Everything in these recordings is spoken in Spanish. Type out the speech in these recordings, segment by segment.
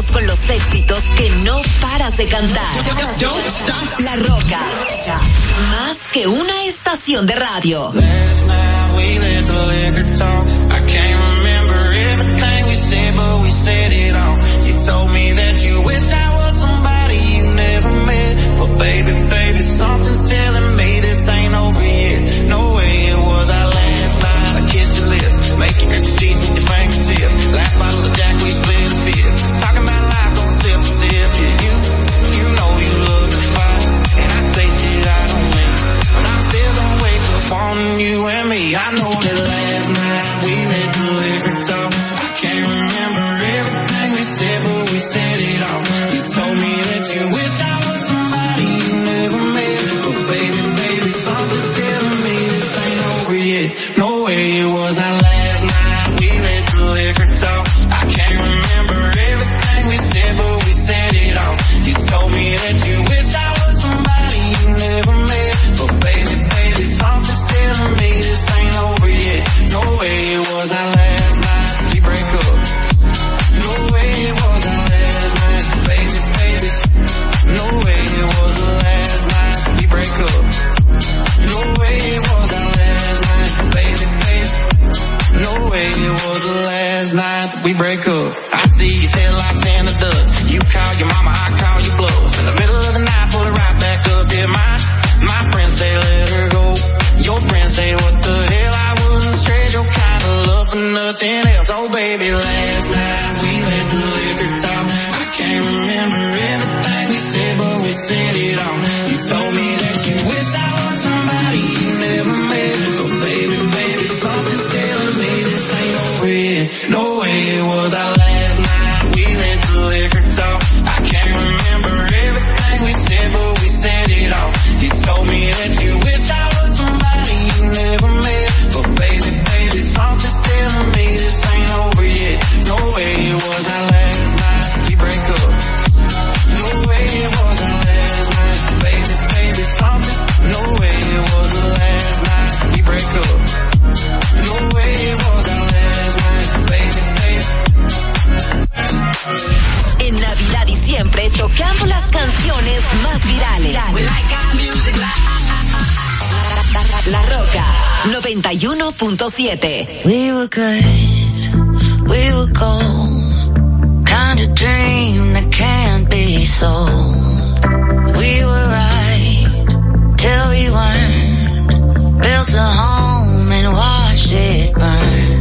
regresamos con los éxitos que no paras de cantar. La Roca, más que una estación de radio. Last night we let the liquor talk. I can't remember everything we said, but we said it all. You told me that you wish I was somebody you never met. But baby, something's telling me this ain't over yet. No way it was our last night. I kissed your lips, make you grip the sheets with your fingertips. Last bottle of Jack, we split a fifth. Talking about life, don't sip for sip. Yeah, you know you love to fight, and I say shit I don't mean, but I'm still gonna wake up on you and me. I know that last night we let the liquor talk. I can't remember everything we said, but we said it all. You told me that you wish I was somebody you never met, but baby, something's telling me this ain't over yet. No way it was our last night. We let the liquor talk. I can't remember everything we said, but we said it all. You told me that you wish I was somebody you never met, but baby, something's telling me this ain't over yet. No way it was our last night. We break up. No way it was our last night, baby. No way it was the last night. We break up. No way it was our last night, baby. No way it was the last night we break up. I see your taillights in the dust. You call your mama, I call your bluff. In the middle of the night, pull it right back up. Yeah, my friends say let her go. Your friends say what the hell, I wouldn't trade your kind of love for nothing else. Oh baby, last night we let the liquor talk. I can't remember everything we said, but we said it all. You told me that you wish I was somebody you never met, but baby, something's telling me this ain't over yet. No way it was our last night. We let the liquor talk. I can't remember everything we said, but we said it all. You told me that you wish I was somebody you never met, but baby, something's telling me this ain't over yet. No way it was our last night. We break up. No way it was our last night, baby, something. No way it was the last night. We break up. No way it was our last night, baby. En Navidad y siempre tocamos las canciones más virales. La Roca 91.7. We were good, we were gold, kind of dream that can't be sold. We were right till we weren't, built a home and watched it burn.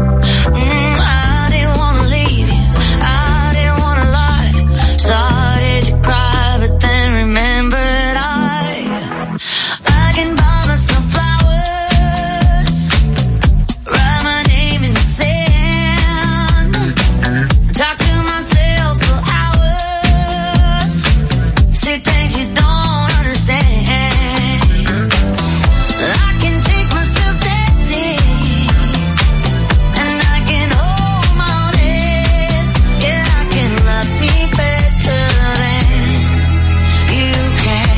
I didn't wanna leave you, I didn't wanna lie, started to cry but then remembered I can buy myself flowers, write my name in the sand, talk to myself for hours, say things you don't understand. I can take myself dancing, and I can hold my own head. Yeah, I can love me better than you can.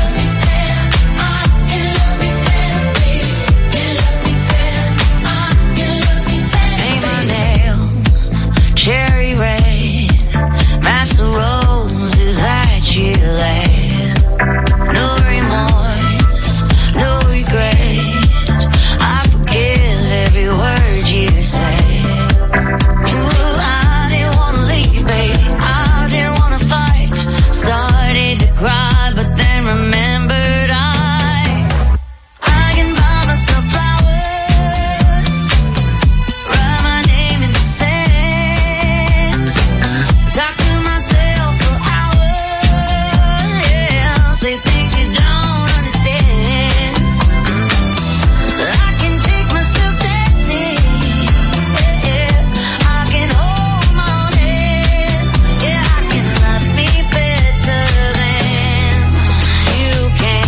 Paint my nails cherry red, match the roses that you laid. No remorse, no regret, I forgive every word you say. Ooh, I didn't wanna leave, baby, I didn't wanna fight, started to cry but then remembered I can buy myself flowers, write my name in the sand, talk to myself for hours, yeah, say things you don't understand. I can take myself dancing, yeah, I can hold my own head, yeah, I can love me better than you can.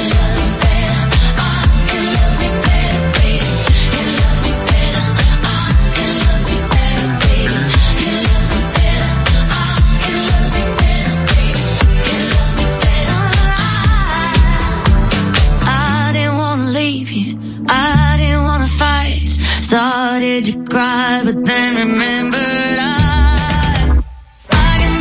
I didn't wanna leave you, I didn't wanna fight, started to cry but then remembered I can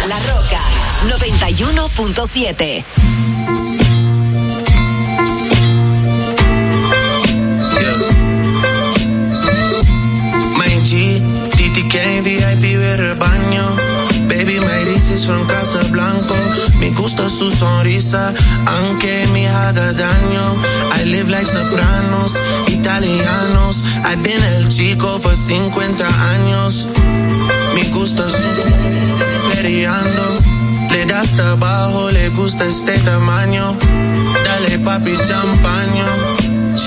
La Roca 91.7. VIP ver el baño. Baby, my dices from Casablanca. Me gusta su sonrisa, aunque me haga daño. I live like sopranos, italianos. I've been el chico por 50 años. Me gusta su periando. Le das trabajo, le gusta este tamaño. Dale papi champaño.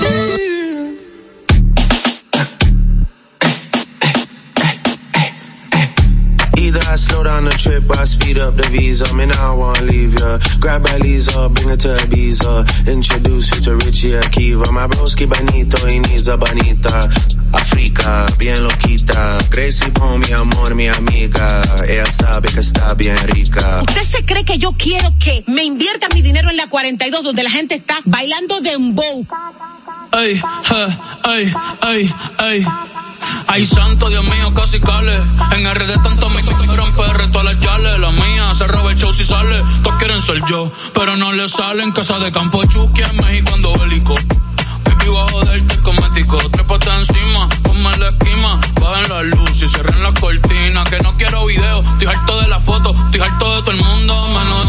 Slow down the trip, I speed up the visa. Man, I wanna leave ya. Grab a Lisa, bring her to Ibiza. Introduce you to Richie Akiva. My broski bonito, he needs a bonita. Africa, bien loquita. Gracie Pong, mi amor, mi amiga. Ella sabe que está bien rica. ¿Usted se cree que yo quiero que me invierta mi dinero en la 42 donde la gente está bailando dembow? Ay, ay, ay, ay. Ay, santo, Dios mío, casi cale. En RD tanto me quieren PR, todas las yales. La mía se roba el show si sale. Todos quieren ser yo, pero no le salen. Casa de campo Chucky en México ando bélico. Baby, voy a joderte cosmético. Trépate encima, ponme la esquima. Bajen la luz y cierren la cortina. Que no quiero video, estoy harto de la foto. Estoy harto de todo el mundo, menos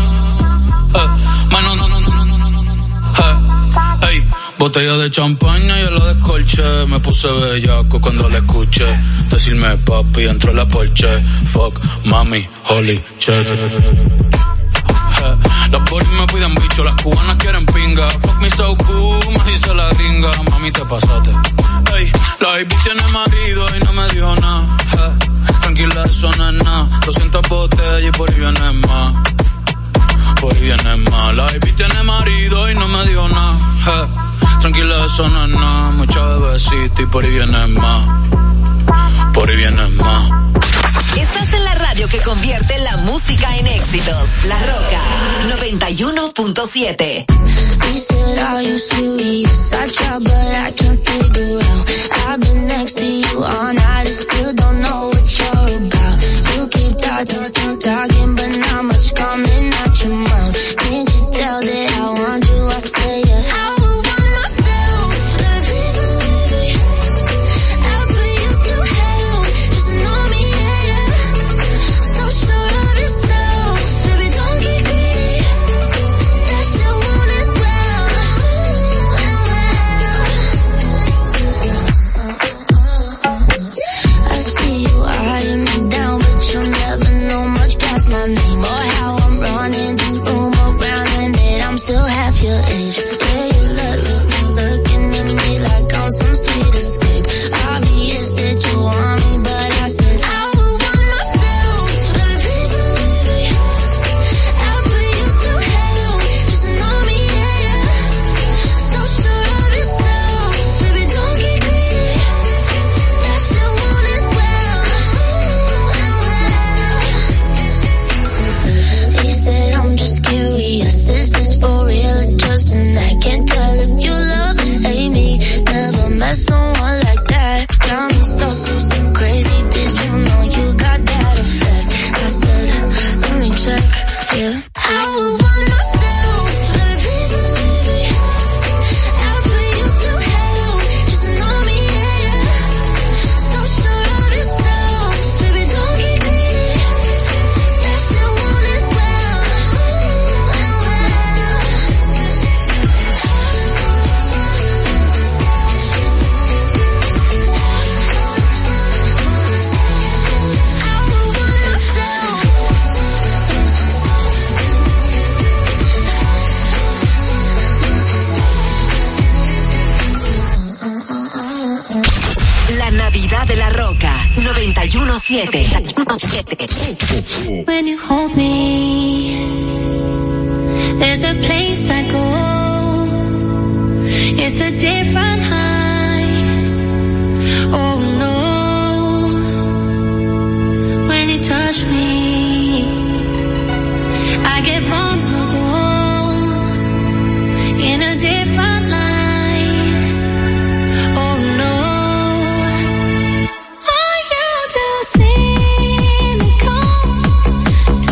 ey, botella de champaña y yo la descolché. Me puse bellaco cuando la escuché decirme papi, entró en la Porsche. Fuck, mami, holy shit. Las bolis me piden bicho, las cubanas quieren pinga. Fuck me so cool, me dice la gringa. Mami, te pasaste. Ey, la baby tiene marido y no me dijo nada. Tranquila, eso no es nada. 200 botellas y por ahí viene más. Por ahí viene más. La baby tiene marido y no me dijo nada. Tranquila, eso no es nada. Mucha bebecita y por ahí viene más. Por ahí viene más. Estás en la radio que convierte la música en éxitos. La Roca 91.7. He said, are you serious? I try, but I can't figure out. I've been next to you all night and still don't know what you're about. You keep talking, but not much coming out your mouth. Can't you tell that I want you? I say it. I would want myself, but please believe me. I'll put you through hell, just know me, yeah. So sure of yourself, baby, don't get greedy. That shit want it well, I see you eyeing me down, but you'll never know much past my name or how I'm running this room around, and that I'm still half your age. Yeah, you looking at me like I'm some sweet escape. Obvious that you want me, but I said I would want myself, but please believe me. I'll put you through hell, just know me, yeah. So sure of yourself, baby, don't get greedy. That shit want it well. He said, I'm just curious, is this for real or just an act? Can't tell if you love and hate me. Never met someone like that. Got me so crazy. Did you know you got that effect? I said, let me check, yeah. I would want myself, baby, please believe me. I'll put you through hell, just know me, yeah. So sure of yourself, baby, don't get greedy. That shit want it well. I would want myself. La Navidad de La Roca 91.7. When you hold me, there's a place I go. It's a different high. Oh no. When you touch me, I get vulnerable in a different light. Oh no. Are you too cynical to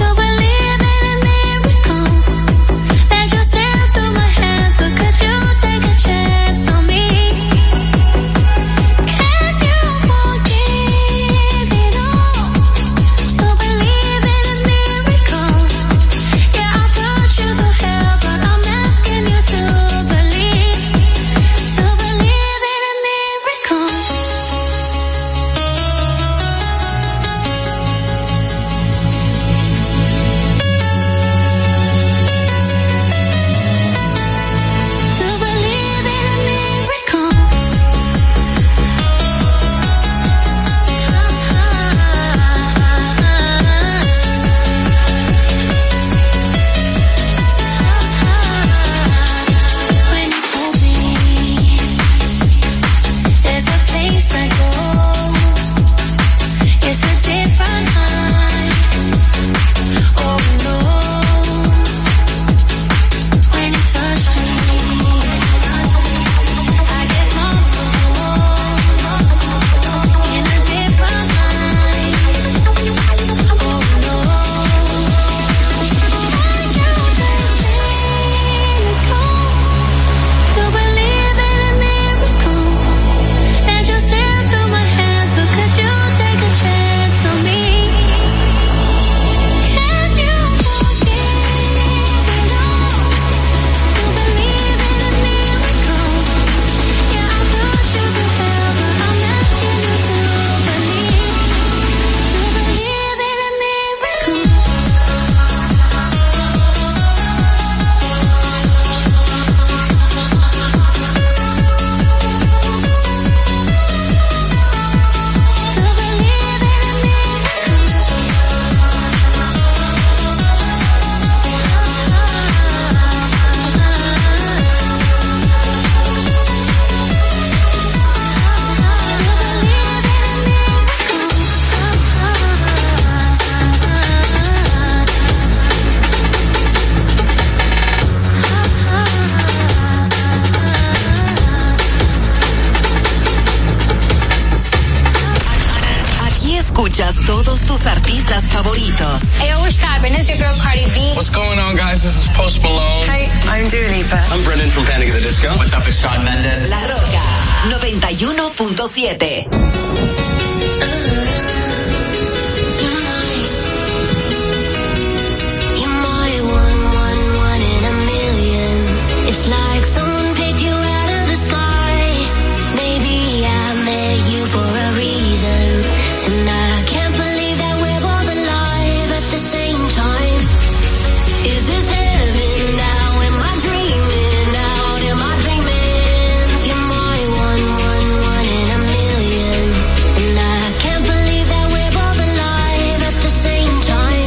favoritos. Hey, what's poppin'? It's your girl Cardi B. What's going on, guys? This is Post Malone. Hey, I'm Dua Lipa. I'm Brendan from Panic at the Disco. What's up? It's Shawn Mendes. La Roca 91.7. It's like someone picked you out of the sky. Maybe I met you for a reason, and I can't believe that we're both alive at the same time. Is this heaven now? Am I dreaming out? Am I dreaming? You're my one in a million, and I can't believe that we're both alive at the same time.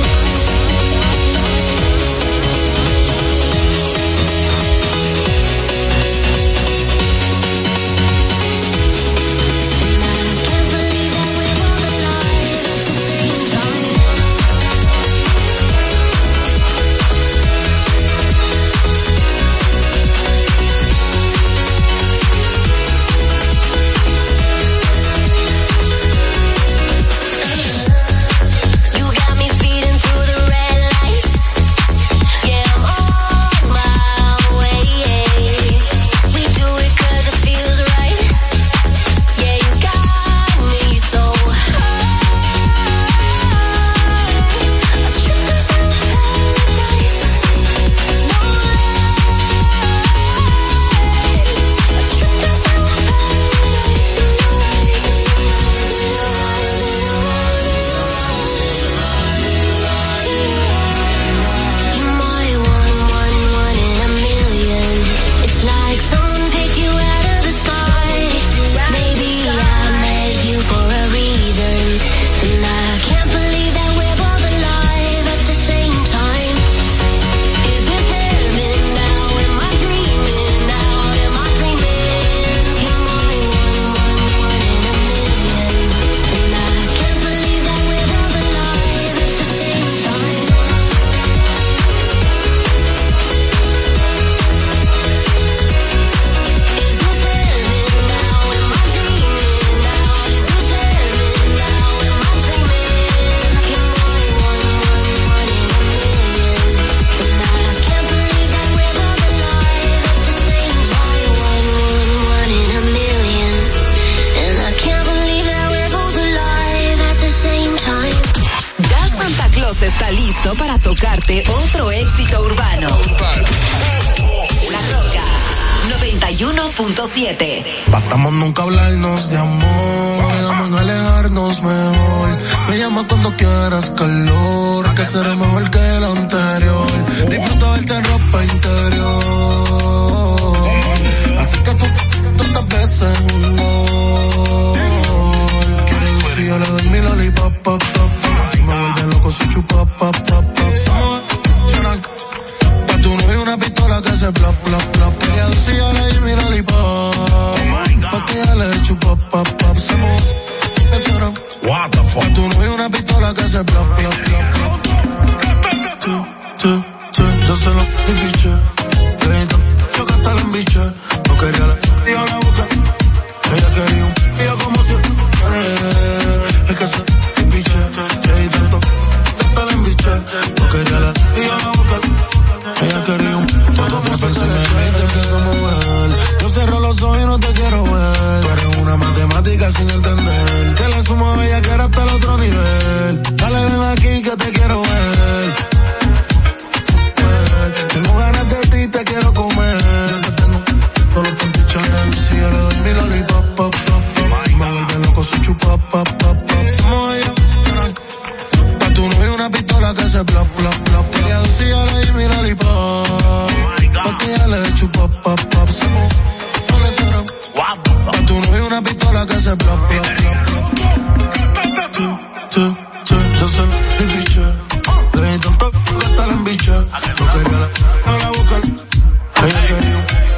Está listo para tocarte otro éxito urbano. La Roca 91.7. Patamos nunca hablarnos de amor, quedamos en alejarnos mejor. Me llama cuando quieras calor, que será mejor que el anterior. Disfruto verte en ropa interior, así que tú tantas veces un gol. Si yo le doy mi lollipop, pop, pop, si me vuelve loco si chupa, pop, pop, pop. Pa' tu novio una pistola que se plop, plop, plop. Ella dice si yo le doy mi lollipop, pa' que ella le chupa, pop, pop. Se move, what the fuck. Pa' tu novio una pistola que se plop, plop, plop, plop. Yo se lo di biche, le di yo que hasta la embiche. No quería la yo la boca, ella quería un ella como si es que se biche, le di tanto que hasta la embiche. No quería la yo la boca, ella quería un todo te pensé en mí, te quiero mover. Yo cerro los ojos y no te quiero ver. Tú eres una matemática sin entender, que le sumo a bella que era hasta el otro nivel. Dale ven aquí que te quiero ver. Tengo ganas de ti, te quiero comer. Yo te tengo todos los pantichones. Si yo le doy mi lollipop, pop, pop, pop. Me vuelve loco si chupa, pop, pop, pop. Somos ellos, pa' tu novio una pistola que se plop, plop, plop. Ella dice si yo le doy mi lollipop, pa' que ella le chupa, pop, pop. Somos, no le suenan. Pa' tu novio una pistola que se plop, plop, plop, plop. Yo se lo di biche, le di tanto que hasta la embiche. No quería la boca, ella quería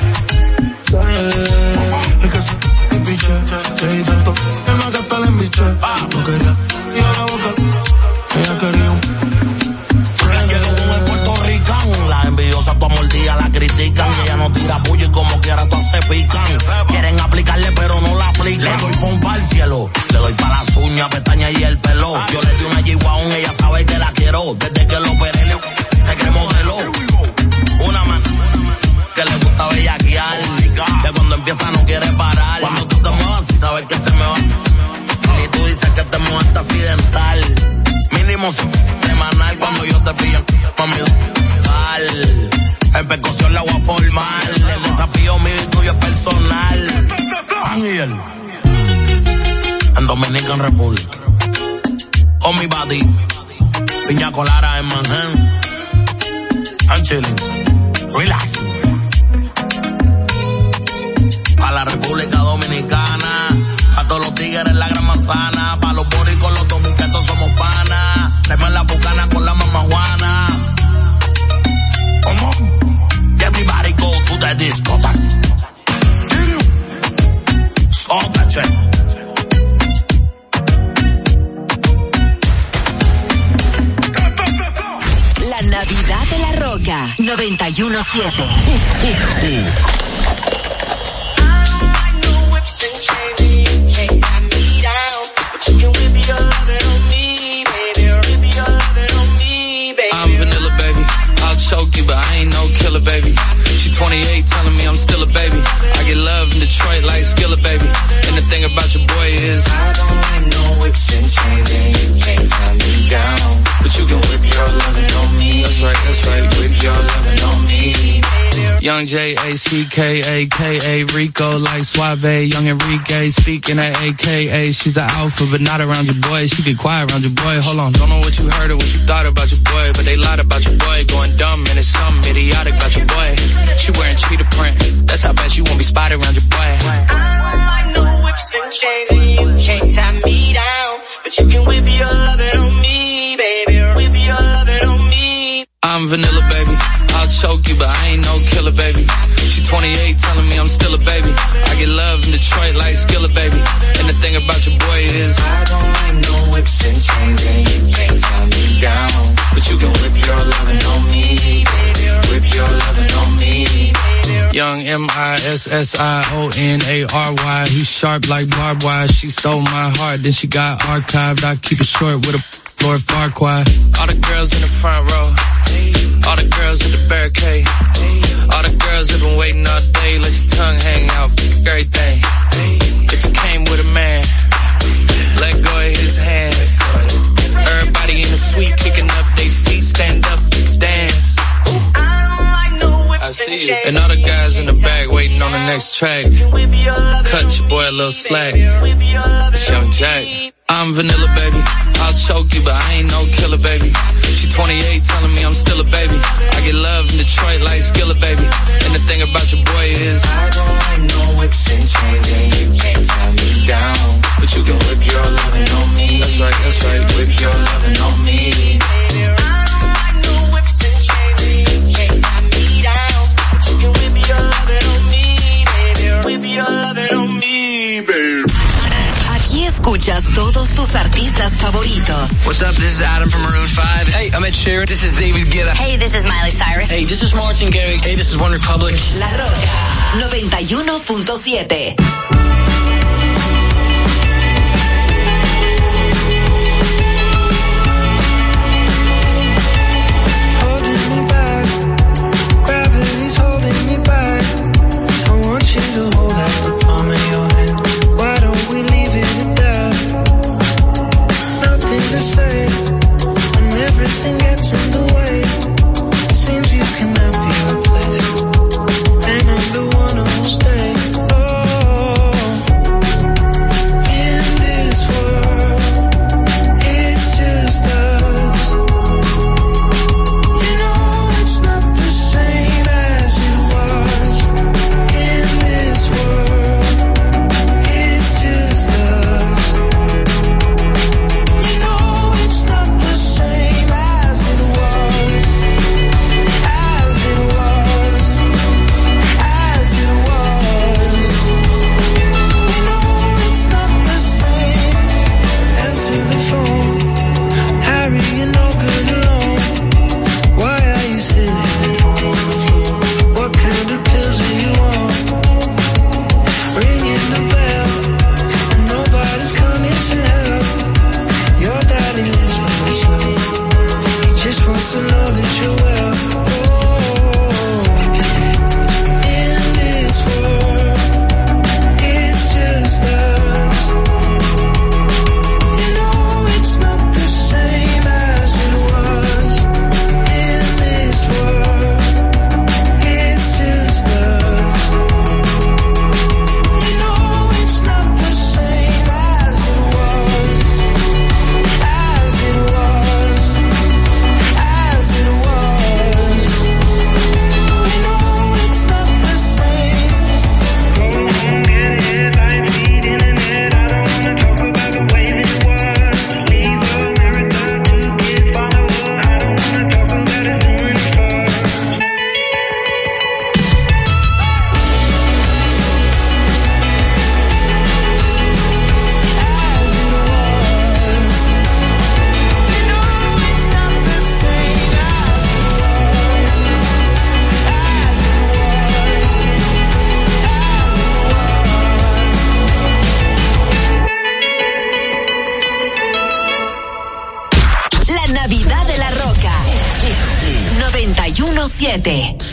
es que se di biche, le di tanto que hasta la embiche. No quería la boca, ella quería llegó con el puertorricano, las envidiosas pa' mordida la critican. Y ella no tira puño y como quiera todas se pican. Quieren aplicarle pero no la aplican. Le doy pompa al cielo, le doy pa' las uñas, pestañas y el pelo. Yo le doy una G-Wagon, ella sabe en República. Con mi body, piña colada en Manhattan. I'm chilling, relax. Pa' la República Dominicana, pa' todos los tigres en la Gran Manzana, pa' los boricos, los dominicanos somos panas. Traemos la bucana con la mamá Juana. Come on, everybody go to the discotheque. Stop that shit. La Navidad de la Roca 91.7. I'm vanilla, baby. I'll choke you, but I ain't no killer, baby. She 28, telling me I'm still a baby. I get love in Detroit like Skilla, baby. And the thing about your boy is I don't like no whips and chains, and you can't tie me down. But you can whip your lovin' on me. That's right, whip your lovin' on me. Young J-A-C-K-A-K-A, Rico like Suave, Young Enrique, speaking at AKA. She's an alpha, but not around your boy. She get quiet around your boy. Hold on, don't know what you heard or what you thought about your boy, but they lied about your boy. Going dumb and it's something idiotic about your boy. She wearing cheetah print, that's how bad she won't be spotted around your boy. I don't like no whips and chains, and you can't tie me down. But you can whip your lovin' on me, baby. Whip your lovin' on me. I'm vanilla, baby. I'll choke you, but I ain't no killer, baby. She 28, telling me I'm still a baby. I get love in Detroit like Skilla, baby. And the thing about your boy is I don't like no whips and chains, and you can't tie me down. But you can whip your lovin' on me, baby. Whip your lovin' on me. Young M-I-S-S-I-O-N-A-R-Y. He's sharp like barbed wire. She stole my heart, then she got archived. I keep it short with a Lord Farquaad. All the girls in the front row, all the girls in the barricade, all the girls have been waiting all day. Let your tongue hang out, everything. If you came with a man, let go of his hand. Everybody in the suite kicking up their feet, stand up, dance. I see you. And all the guys in the back waiting on the next track. Cut your boy a little slack. It's Young Jack. I'm vanilla, baby. I'll choke you, but I ain't no killer, baby. She 28, telling me I'm still a baby. I get love in Detroit like Skilla, baby. And the thing about your boy is I don't like no whips and chains, and you can't tie me down. But you can whip your lovin' on me. That's right, whip your lovin' on me. I don't like no whips and chains, and you can't tie me down. But you can whip your lovin' on me, baby. Whip your lovin' on me, baby. Aquí escuchas todos tus artistas favoritos. What's up? This is Adam from Maroon 5. Hey, I'm Ed Sheeran. This is David Guetta. Hey, this is Miley Cyrus. Hey, this is Martin Garrix. Hey, this is One Republic. La Roca 91.7. Gravity's holding me back. I want you to hold out the palm of your hand. Why don't we leave it at that? Nothing to say when everything gets in the way. Seems you cannot be replaced, and I'm the one who will stay. Oh,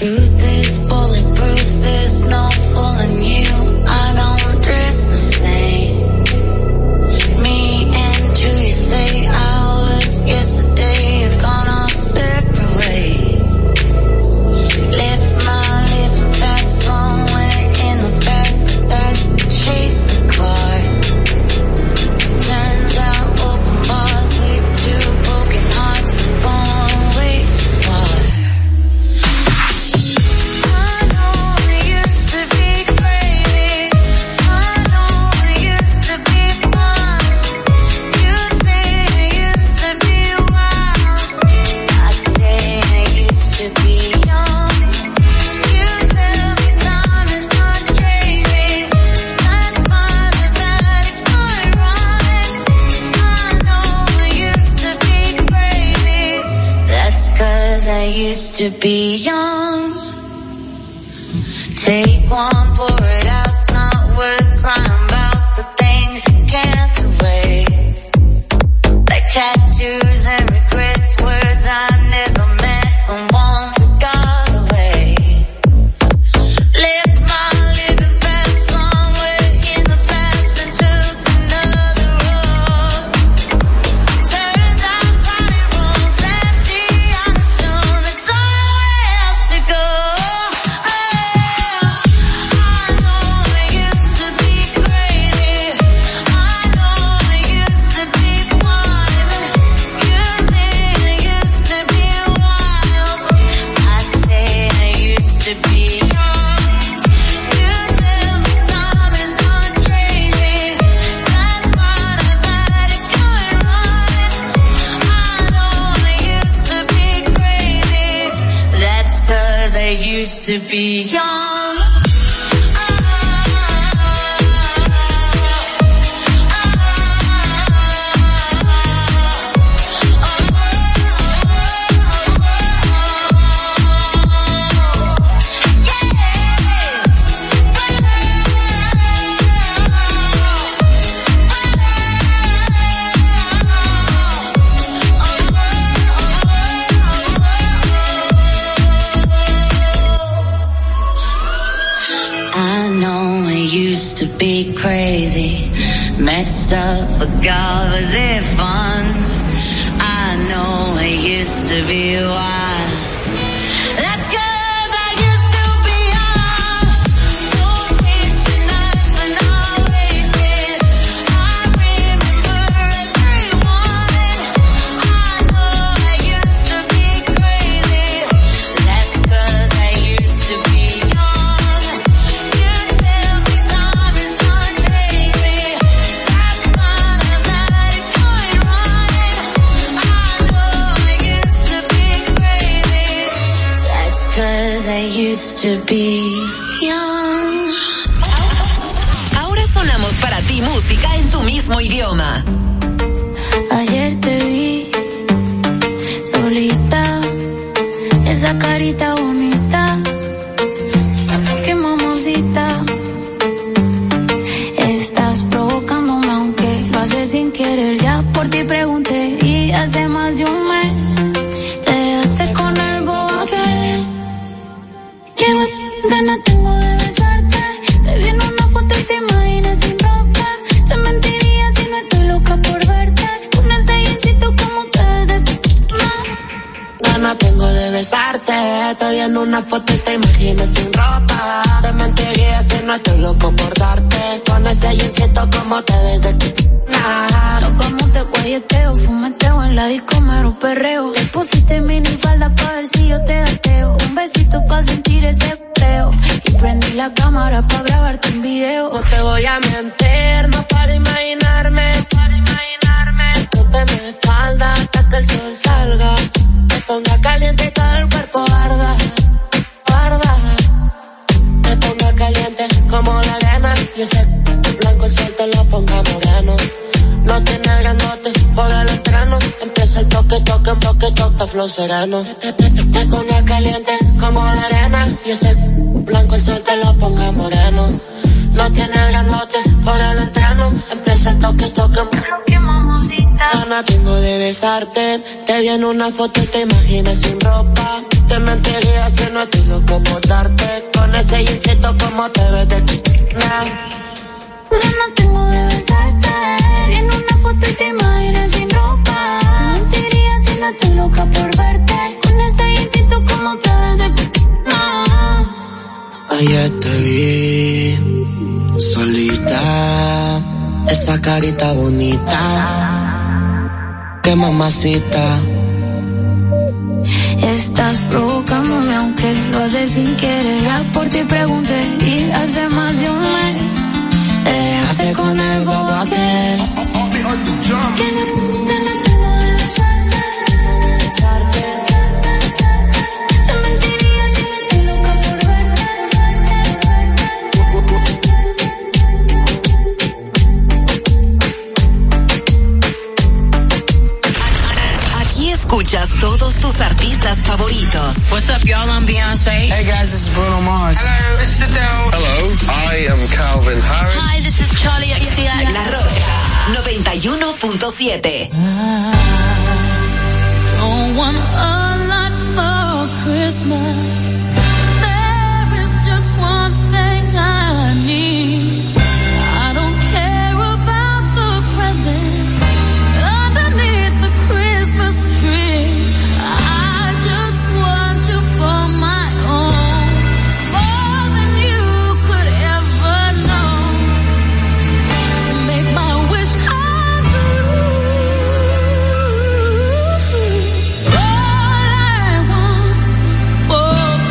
Truth is bulletproof, there's no fooling you. I don't dress the same. Me and you, you say hours yesterday have gone our separate ways. Left my living fast somewhere in the past, 'cause that's chase the car. Turns out open bars lead to broken hearts and gone way too far. I know it used to be crazy. I know it used to be fun. You say it used to be wild. I say it used to be young. You tell me time is not changing. That's fine if that it could run. I know it used to be crazy. That's 'cause I used to be young. Take one, pour it out, it's not worth crying about the things you can't erase. Like tattoos and regrets, words I never meant and ones that got away. Left my living past somewhere in the past and took another road. Turns out party rooms empty on its own. There's somewhere else to go. I know it used to be crazy. I know it used to be fun. You say it used to be wild. I say it used to be young. You tell me time is not changing. That's fine if that it could run. I know it used to be crazy. That's 'cause I used to be young. I know it used to be crazy, messed up, but God, was it fun? I know it used to be wild. That's 'cause I used to be young. Those wasted nights are not wasted. I remember everyone. I know I used to be crazy. That's 'cause I used to be young. You tell me time is not changing. That's fine if that it could run. I know I used to be crazy. That's 'cause I used to be young. Ahora sonamos para ti música en tu mismo idioma. Ayer te vi solita, esa carita bonita, qué mamacita. Estás provocándome aunque lo haces sin querer. Ya por ti pregunté y hace más de un mes te dejaste con el bobo aquel. Qué ganas tengo de besarte. Te vi en una foto y te imaginas sin ropa. Te mentiría si no estoy loca por verte. Un ensayecito como te ves de Ganas tengo de besarte. Te vi en una foto y te imaginas sin ropa. Te mentiría si no estoy loco por darte. Con ese jeansito como te ves de Como te guayeteo, fumeteo en la disco, mero perreo. Te pusiste mini falda pa' ver si yo te gateo. Un besito pa' sentir ese goteo. Y prendí la cámara pa' grabarte un video. No te voy a mentir, no para imaginarme. Ponte mi espalda hasta que el sol salga. Te ponga caliente y todo el cuerpo arda. Te ponga caliente como la arena. Y ese blanco el sol te lo ponga moreno. No tiene grandote por el estreno. Empieza el toque, toque, flow sereno. Te pone caliente como la arena. Y ese blanco el sol te lo ponga moreno. No tiene grandote por el entreno. Empieza el toque, toque, ganas tengo de besarte. Te vi en una foto y te imaginas sin ropa. Te mentiría si no estoy loco por darte. Con ese jeansito como te ves de ganas tengo de besarte. En una foto y te imaginas sin ropa. Te mentiría si no estoy loca por verte. Con ese jeansito como te ves de ganas. Ayer te vi solita, esa carita bonita, qué mamacita. Estás provocándome aunque lo haces sin querer. Ya por ti pregunté y hace más de un mes te dejaste con el bobo aquel. Escuchas todos tus artistas favoritos. What's up, y'all? I'm Beyonce. Hey guys, this is Bruno Mars. Hello, this is Adele. Hello, I am Calvin Harris. Hi, this is Charlie XCX. La Roca 91.7. Don't want a lot for Christmas. There is just one thing I need. I don't care about the presents underneath the Christmas tree. I just want you for my own, more than you could ever know. Make my wish come true. All I want for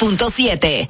91.7.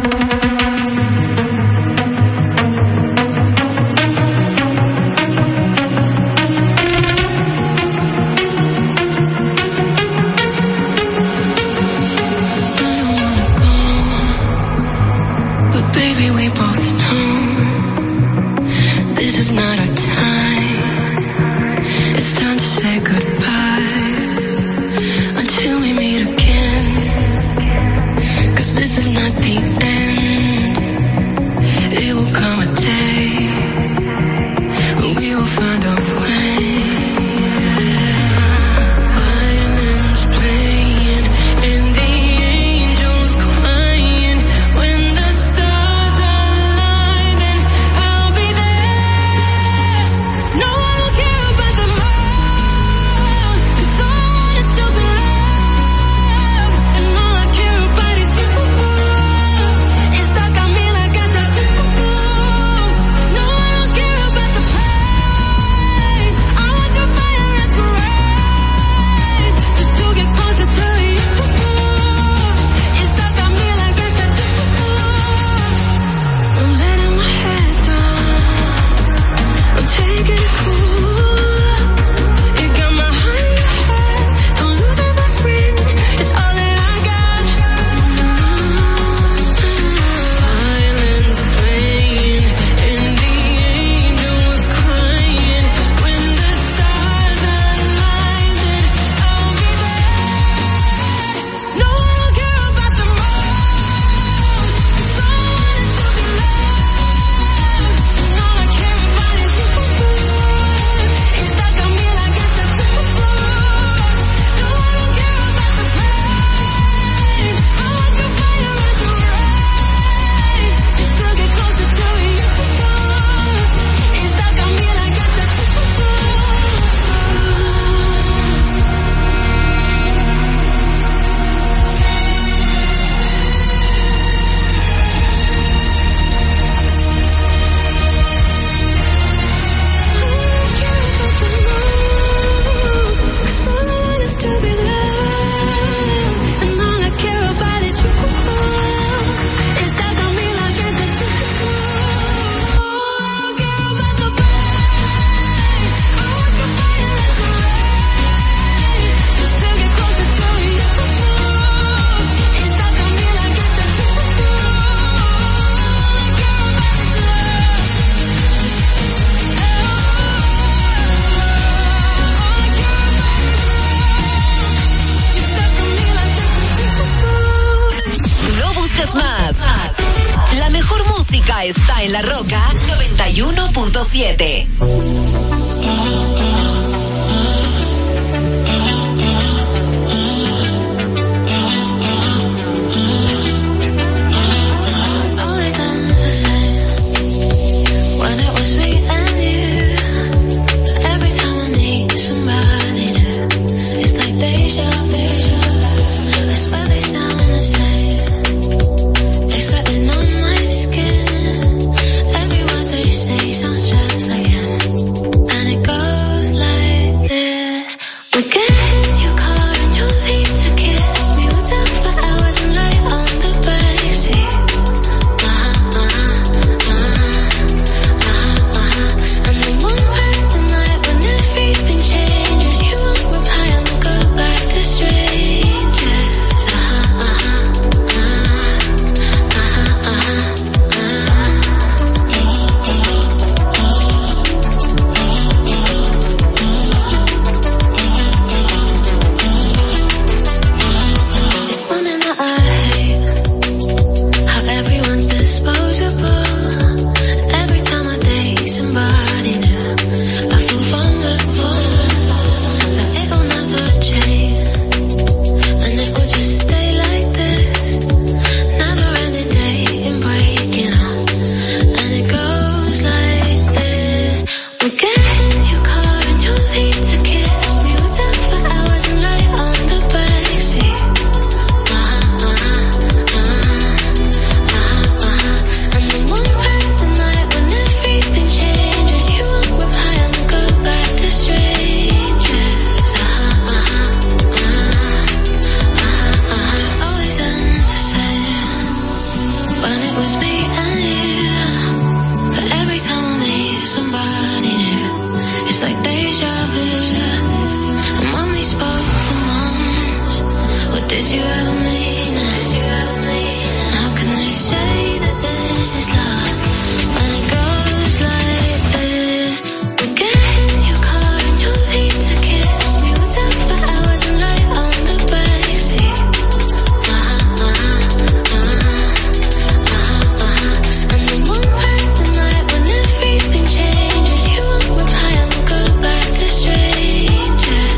Está en La Roca 91.7. Sounds just like him. and you. But every time I meet somebody new, it's like deja vu. And when we spoke for months, what did you ever mean? And how can they say that this is love when it goes like this? We get in your car and you need to kiss me. We talk for hours and lay on the backseat. And then one bright the night when everything changes, you won't reply and we'll go back to strangers.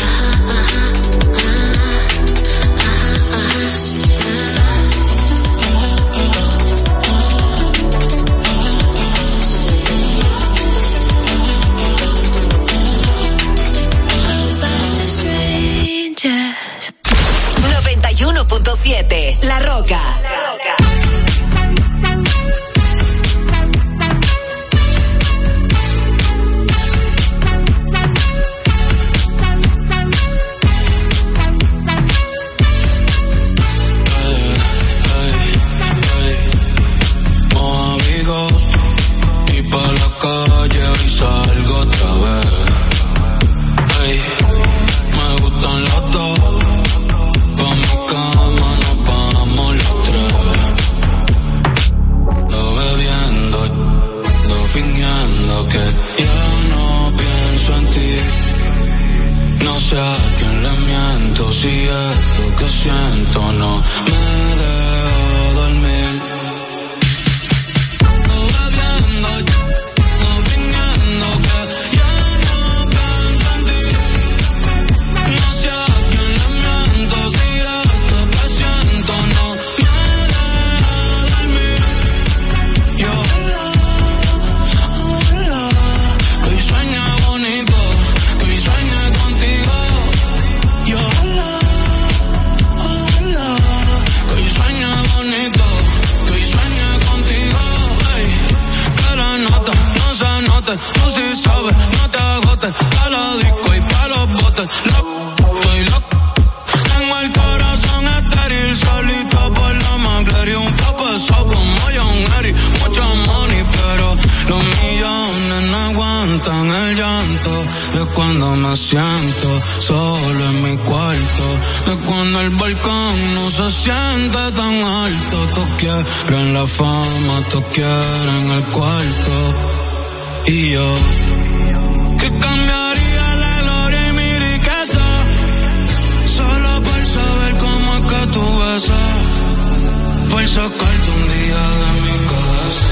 Go back to strangers. 91.7 La Roca. Amigos, y pa' la calle y salgo otra vez. Ey, me gustan las dos. Pa' mi cama nos vamos los tres. Lo bebiendo, lo fingiendo que ya no pienso en ti. No sé a quién le miento, si esto que siento no me deja dormir. Lo bebiendo, lo fingiendo que ya no pienso en ti. No sé a quién le miento, si esto que siento no me deja dormir. Y ojalá, que hoy sueñe bonito, que hoy sueñe contigo. Y ojalá, que hoy sueñe bonito, que hoy sueñe contigo. Ey, que la nota no se note, tú sí sabes, no te agotes. Pa' la disco y pa' los botes, estoy loco. Tengo el corazón estéril, solito por la Magleria. Un flow pesado como John Eri, mucho money, pero los millones no aguantan el llanto. De cuando me siento solo en mi cuarto, de cuando el balcón no se siente tan alto. Todos quieren la fama, todos quieren el cuarto. Y yo, que cambiaría la gloria y mi riqueza, solo por saber cómo es que tú besas, por sacarte un día de mi cabeza.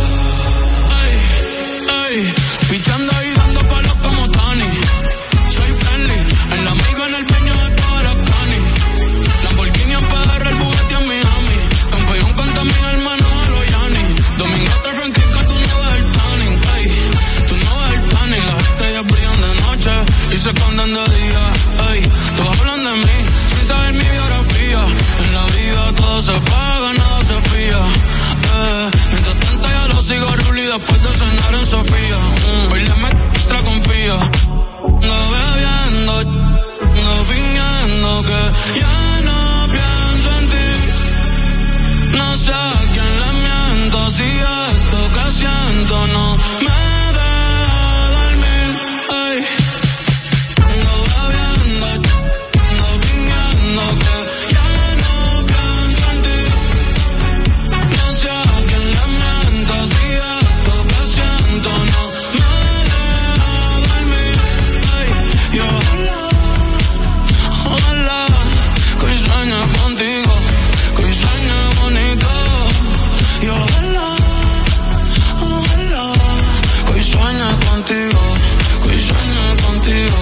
Ey, ey, pichando y dando palos como Tony. Soy friendly, el amigo en el peño de todas las canis. Lamborghini en PR, el Bugatti en Miami. Campeón con también hermano a los Yanni. Domingo te franquica, tú no ves el tanning. Ey, tú no ves el tanning. Las estrellas brillan de noche y se esconden de día. Ey, todos hablan de mí sin saber mi biografía. En la vida todo se paga, nada se fía. Mientras tanto ya lo sigo ruli después de cenar en Sofía. Hoy le meto la confía. No bebiendo, no fingiendo que ya no pienso en ti. No sé a quién le miento, si esto que siento no me deja dormir. Ey. No bebiendo, no fingiendo que ya no pienso en ti. No sé a quién le miento, si esto que siento no me deja dormir. Ey. Y ojalá, que hoy sueñe contigo, que hoy sueñe bonito. Y ojalá, que hoy sueñe contigo, que hoy sueñe contigo.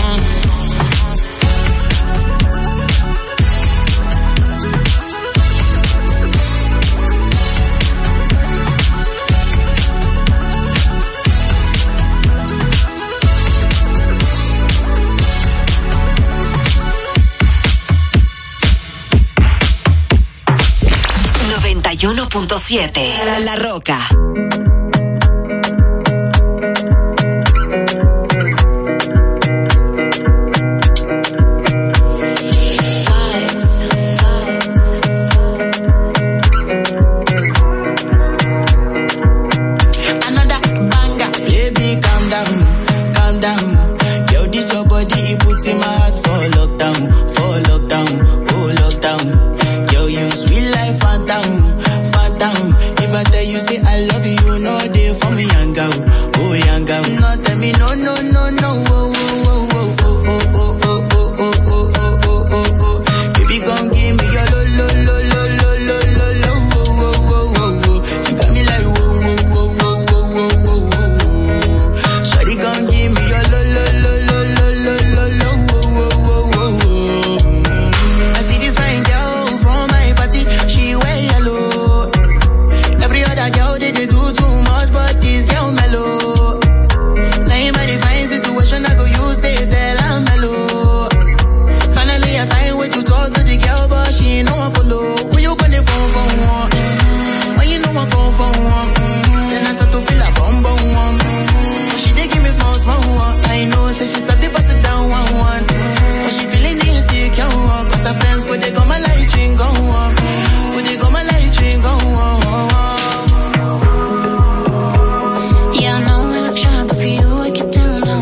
91.7 La Roca. phone for one. Then I start to feel a bum bum one. But she dey give me small small one. I know, say she start to pass it down one one. But she feeling insecure, cause her friends go they go my light ring go on. Go they go my light ring go on. Yeah, I know we look shy, but for you I get down low.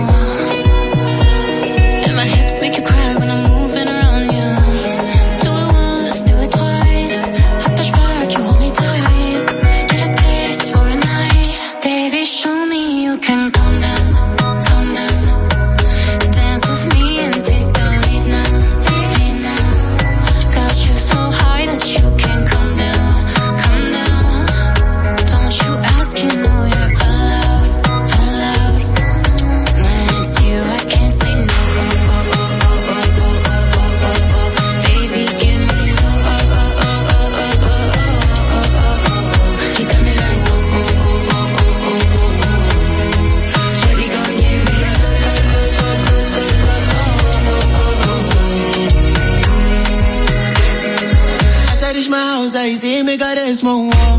And my hips make you cry when I'm moving around you. Do it once, do it twice. I push back, you hold me tight. Get a taste for a night. Baby, show me you can calm down, calm down. Dance with me and take the lead now, lead now. Got you so high that you can't come down, come down. Don't you ask, you know you're allowed, allowed. When it's you, I can't say no. Baby, give me low. You got me like Shawty gon' give me As I reach my house, I see me got a small wall.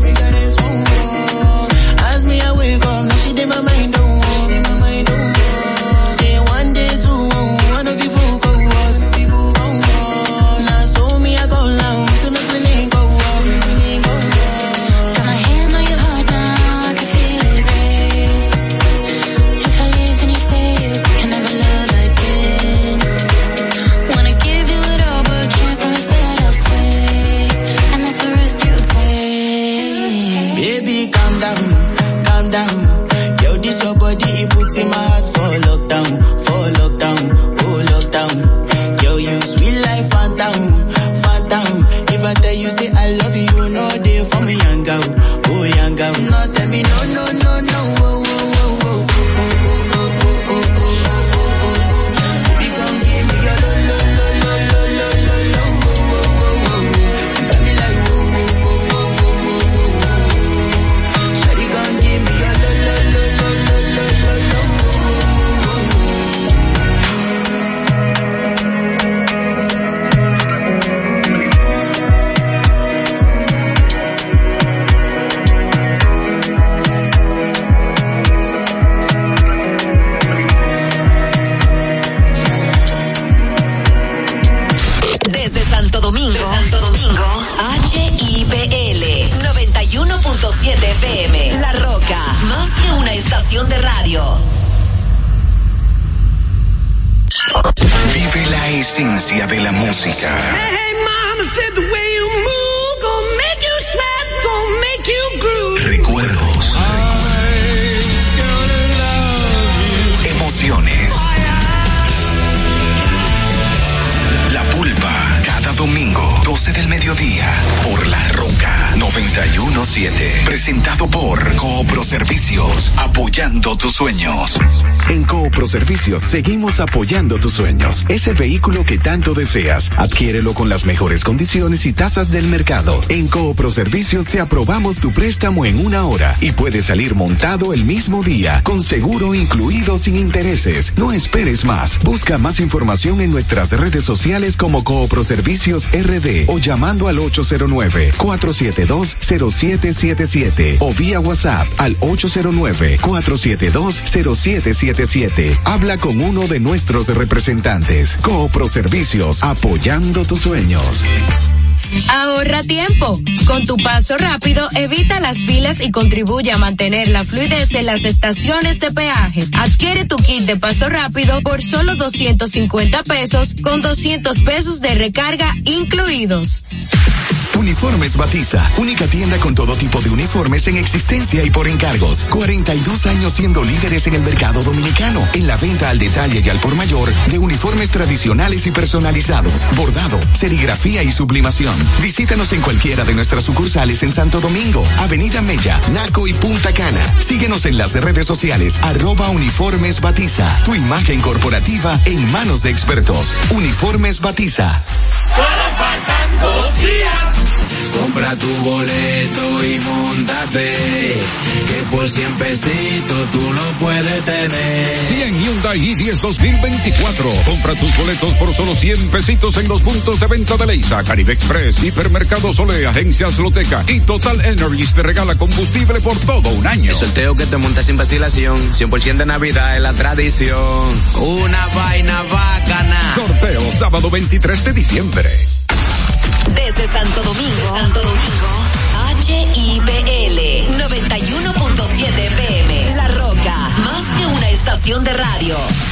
As me I wake up, now she did my mind don't walk. Then one day two, one of you folk go us. Now so me I go long, so me feeling go walk. Got my hand on your heart now, I can feel it race. If I leave, then you say you can never love again. Wanna give you it all, but can't promise that I'll stay. And that's the risk you take. Baby, calm down, calm down. Yo, this your body, it puts in my heart for lockdown, oh lockdown. Yo, you sweet life, phantom, phantom. If I tell you say I love you, no day for me, young girl, oh young girl. No, tell me no, no, no, no, oh, oh, oh, oh, oh, oh, oh, oh, oh, oh. Baby, come give me your lo, lo, lo, lo, lo, lo, lo, lo, oh, oh, oh, oh. You got me like oh, oh, oh, oh, oh, oh, oh. Shawty, come give me your lo, lo, lo, lo, lo, lo, lo, lo, oh, oh, Desde Santo Domingo, HIPL 91.7 FM. La Roca, más que una estación de radio. Vive la esencia de la música. Hey, mama said the way you move, gonna make you sweat, gonna make you groove. Recuerdos. Emociones. La Pulpa, cada domingo, 12 del mediodía, por La Roca 91.7. Presentado por Coopro Servicios, apoyando tus sueños. En Coopro Servicios seguimos apoyando tus sueños. Ese vehículo que tanto deseas, adquiérelo con las mejores condiciones y tasas del mercado. En Coopro Servicios te aprobamos tu préstamo en 1 hora y puedes salir montado el mismo día, con seguro incluido sin intereses. No esperes más. Busca más información en nuestras redes sociales como Coopro Servicios RD o llamando al 809-472-0777 o vía WhatsApp al 809-472-0777. Habla con uno de nuestros representantes. Coopro Servicios, apoyando tus sueños. Ahorra tiempo. Con tu paso rápido, evita las filas y contribuye a mantener la fluidez en las estaciones de peaje. Adquiere tu kit de paso rápido por solo 250 pesos con 200 pesos de recarga incluidos. Uniformes Batiza, única tienda con todo tipo de uniformes en existencia y por encargos. 42 años siendo líderes en el mercado dominicano, en la venta al detalle y al por mayor de uniformes tradicionales y personalizados, bordado, serigrafía y sublimación. Visítanos en cualquiera de nuestras sucursales en Santo Domingo, Avenida Mella, Naco y Punta Cana. Síguenos en las redes sociales, @Uniformes Batiza. Tu imagen corporativa en manos de expertos. Uniformes Batiza. Solo faltan 2 días. Compra tu boleto y móntate, que por 100 pesitos tú lo puedes tener. 100 Hyundai i10 2024. Compra tus boletos por solo 100 pesitos en los puntos de venta de Leisa, Caribe Express, Hipermercado Sole, Agencias Loteca y Total Energies te regala combustible por todo un año. El sorteo que te monta sin vacilación, 100% de Navidad es la tradición. Una vaina bacana. Sorteo sábado 23 de diciembre. Desde Santo Domingo, HIPL 91.7 FM. La Roca, más que una estación de radio.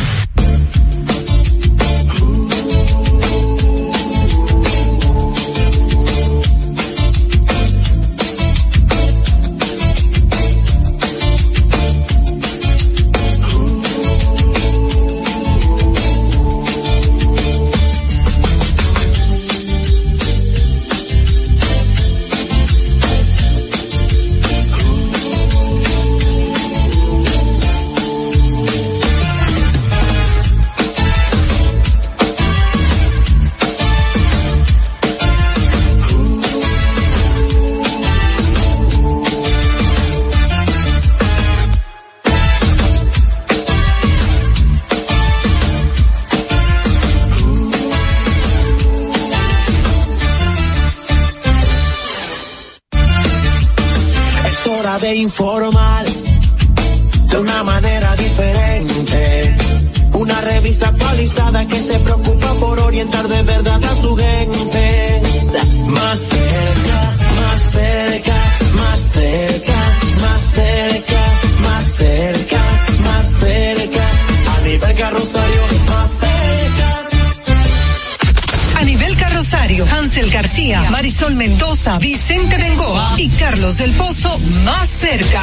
De informar de una manera diferente, una revista actualizada que se preocupa por orientar de verdad a su gente. Más cerca, más cerca, más cerca, más cerca, más cerca, más cerca, a nivel Carrosario, más cerca. A nivel Carrosario, Hansel García, Marisol Mendoza, Vicente Bengoa y Carlos del Pozo, más cerca.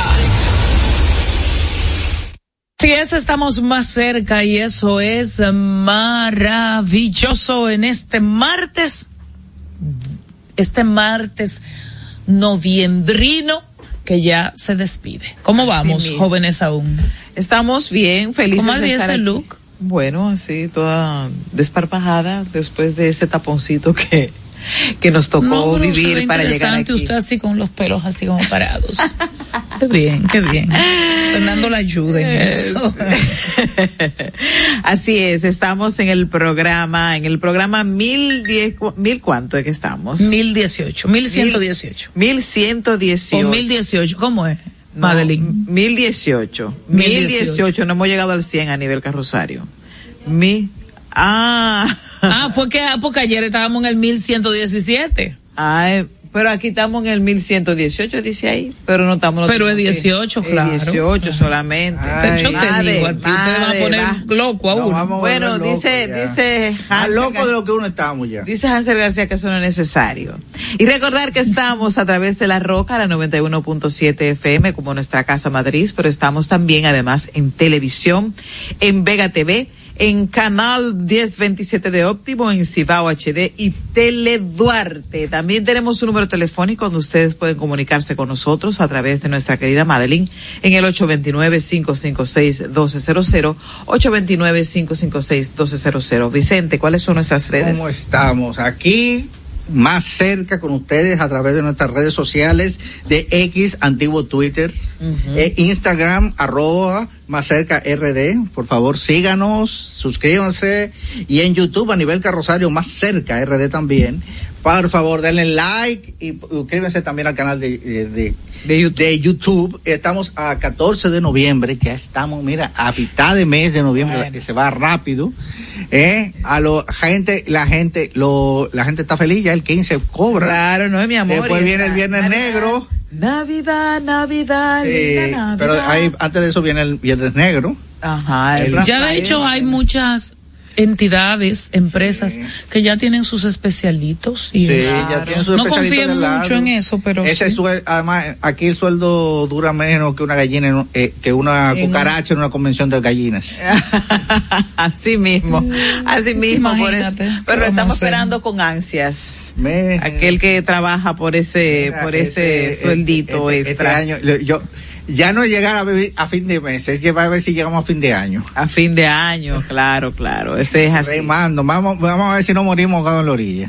Sí, estamos más cerca y eso es maravilloso en este martes noviembrino que ya se despide. ¿Cómo vamos, jóvenes aún? Estamos bien, felices de estar ese aquí. look? Bueno, así toda desparpajada después de ese taponcito que nos tocó vivir para llegar aquí. Usted así con los pelos así como parados. Qué bien, qué bien. Fernando la ayuda en eso. Así es, estamos en el programa 1010, ¿1000 cuánto es que estamos? 1018, 1118. 1118. O 1018, ¿cómo es? Madeline. 1018, no hemos llegado al 100 a nivel Carrosario. Porque ayer estábamos en el 1117. Pero aquí estamos en el 1118, dice ahí, pero no estamos. Pero es 18, claro. 18 solamente. Yo te digo, a ti te van a poner loco a uno. Bueno, dice Hansel, loco de lo que uno estamos ya. Dice Hansel García que eso no es necesario. Y recordar que estamos a través de La Roca, la 91.7 FM, como nuestra casa matriz, pero estamos también además en televisión, en Vega TV, en Canal 1027 de Óptimo, en Cibao HD y Tele Duarte. También tenemos un número telefónico donde ustedes pueden comunicarse con nosotros a través de nuestra querida Madeline en el 829-556-1200, 829-556-1200. Vicente, ¿cuáles son nuestras redes? ¿Cómo estamos? Aquí más cerca con ustedes a través de nuestras redes sociales de X, antiguo Twitter, Instagram, @más cerca RD. Por favor, síganos, suscríbanse, y en YouTube a nivel Carrosario más cerca RD también. Por favor, denle like y suscríbanse también al canal de YouTube. Estamos a 14 de noviembre, ya estamos, mira, a mitad de mes de noviembre, que se va rápido. La gente está feliz, ya el 15 cobra. Claro, no es mi amor. Después viene el Viernes Negro. Navidad, Navidad. Pero antes de eso viene el Viernes Negro. Ajá. Ya de hecho hay muchas entidades, empresas que ya tienen sus especialitos y ya tienen sus no especialitos. confíen mucho en eso, pero además aquí el sueldo dura menos que una gallina, que una cucaracha en una convención de gallinas. así mismo por eso, pero lo estamos esperando con ansias. Aquel que trabaja por ese sueldito extra. Este año ya no llegar a fin de mes, es llevar a ver si llegamos a fin de año. A fin de año, claro, ese es así. Remando, vamos a ver si no morimos ahogados en la orilla.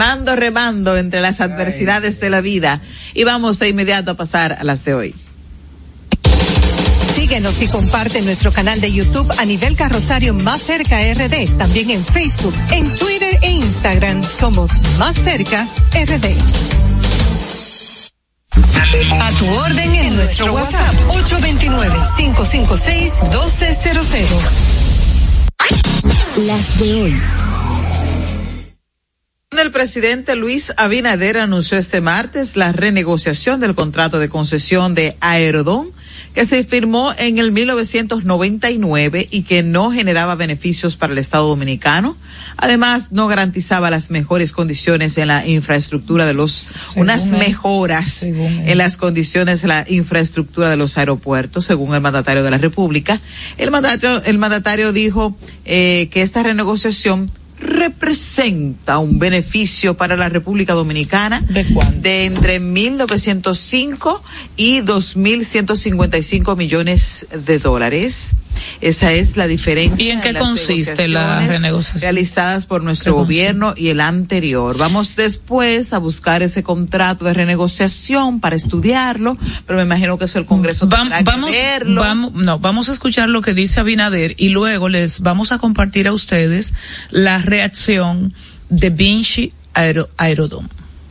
remando entre las adversidades de la vida. Y vamos de inmediato a pasar a las de hoy. Síguenos y comparte nuestro canal de YouTube a nivel Carrosario Más Cerca RD. También en Facebook, en Twitter e Instagram somos Más Cerca RD. A tu orden en nuestro WhatsApp 829-556-1200. Las de hoy. El presidente Luis Abinader anunció este martes la renegociación del contrato de concesión de Aerodón que se firmó en el 1999 y que no generaba beneficios para el Estado Dominicano. Además, no garantizaba las mejores condiciones en la infraestructura de mejoras en las condiciones de la infraestructura de los aeropuertos, según el mandatario de la República. El mandatario dijo que esta renegociación representa un beneficio para la República Dominicana de entre 1.905 y 2.155 millones de dólares. Esa es la diferencia. ¿Y en qué consiste la renegociación? Realizadas por nuestro gobierno y el anterior. Vamos después a buscar ese contrato de renegociación para estudiarlo, pero me imagino que eso el Congreso tendrá que verlo. Vamos a escuchar lo que dice Abinader y luego les vamos a compartir a ustedes la reacción de Vinci Aerodón.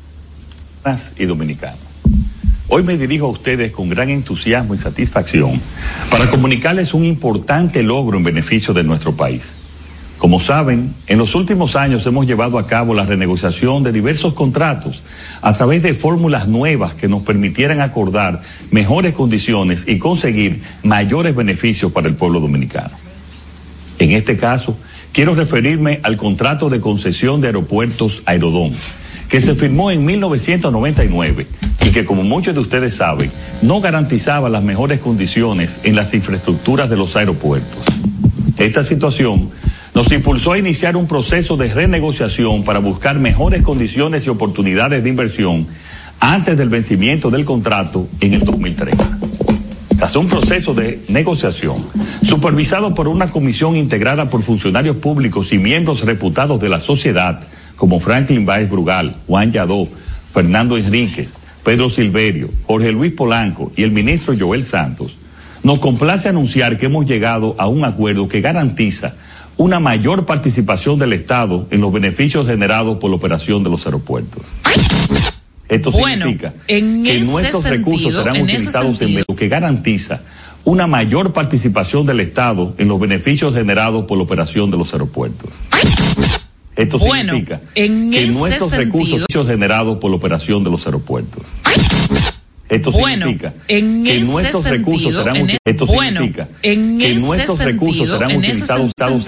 Y dominicano. Hoy me dirijo a ustedes con gran entusiasmo y satisfacción para comunicarles un importante logro en beneficio de nuestro país. Como saben, en los últimos años hemos llevado a cabo la renegociación de diversos contratos a través de fórmulas nuevas que nos permitieran acordar mejores condiciones y conseguir mayores beneficios para el pueblo dominicano. En este caso, quiero referirme al contrato de concesión de aeropuertos Aerodón, que se firmó en 1999 y que, como muchos de ustedes saben, no garantizaba las mejores condiciones en las infraestructuras de los aeropuertos. Esta situación nos impulsó a iniciar un proceso de renegociación para buscar mejores condiciones y oportunidades de inversión antes del vencimiento del contrato en el 2030. Tras un proceso de negociación supervisado por una comisión integrada por funcionarios públicos y miembros reputados de la sociedad, como Franklin Báez Brugal, Juan Yadó, Fernando Enríquez, Pedro Silverio, Jorge Luis Polanco y el ministro Joel Santos, nos complace anunciar que hemos llegado a un acuerdo que garantiza una mayor participación del Estado en los beneficios generados por la operación de los aeropuertos. Esto significa que nuestros recursos serán utilizados en lo que garantiza una mayor participación del Estado en los beneficios generados por la operación de los aeropuertos. Esto significa que nuestros recursos generados por la operación de los aeropuertos. Esto significa que nuestros recursos serán utilizados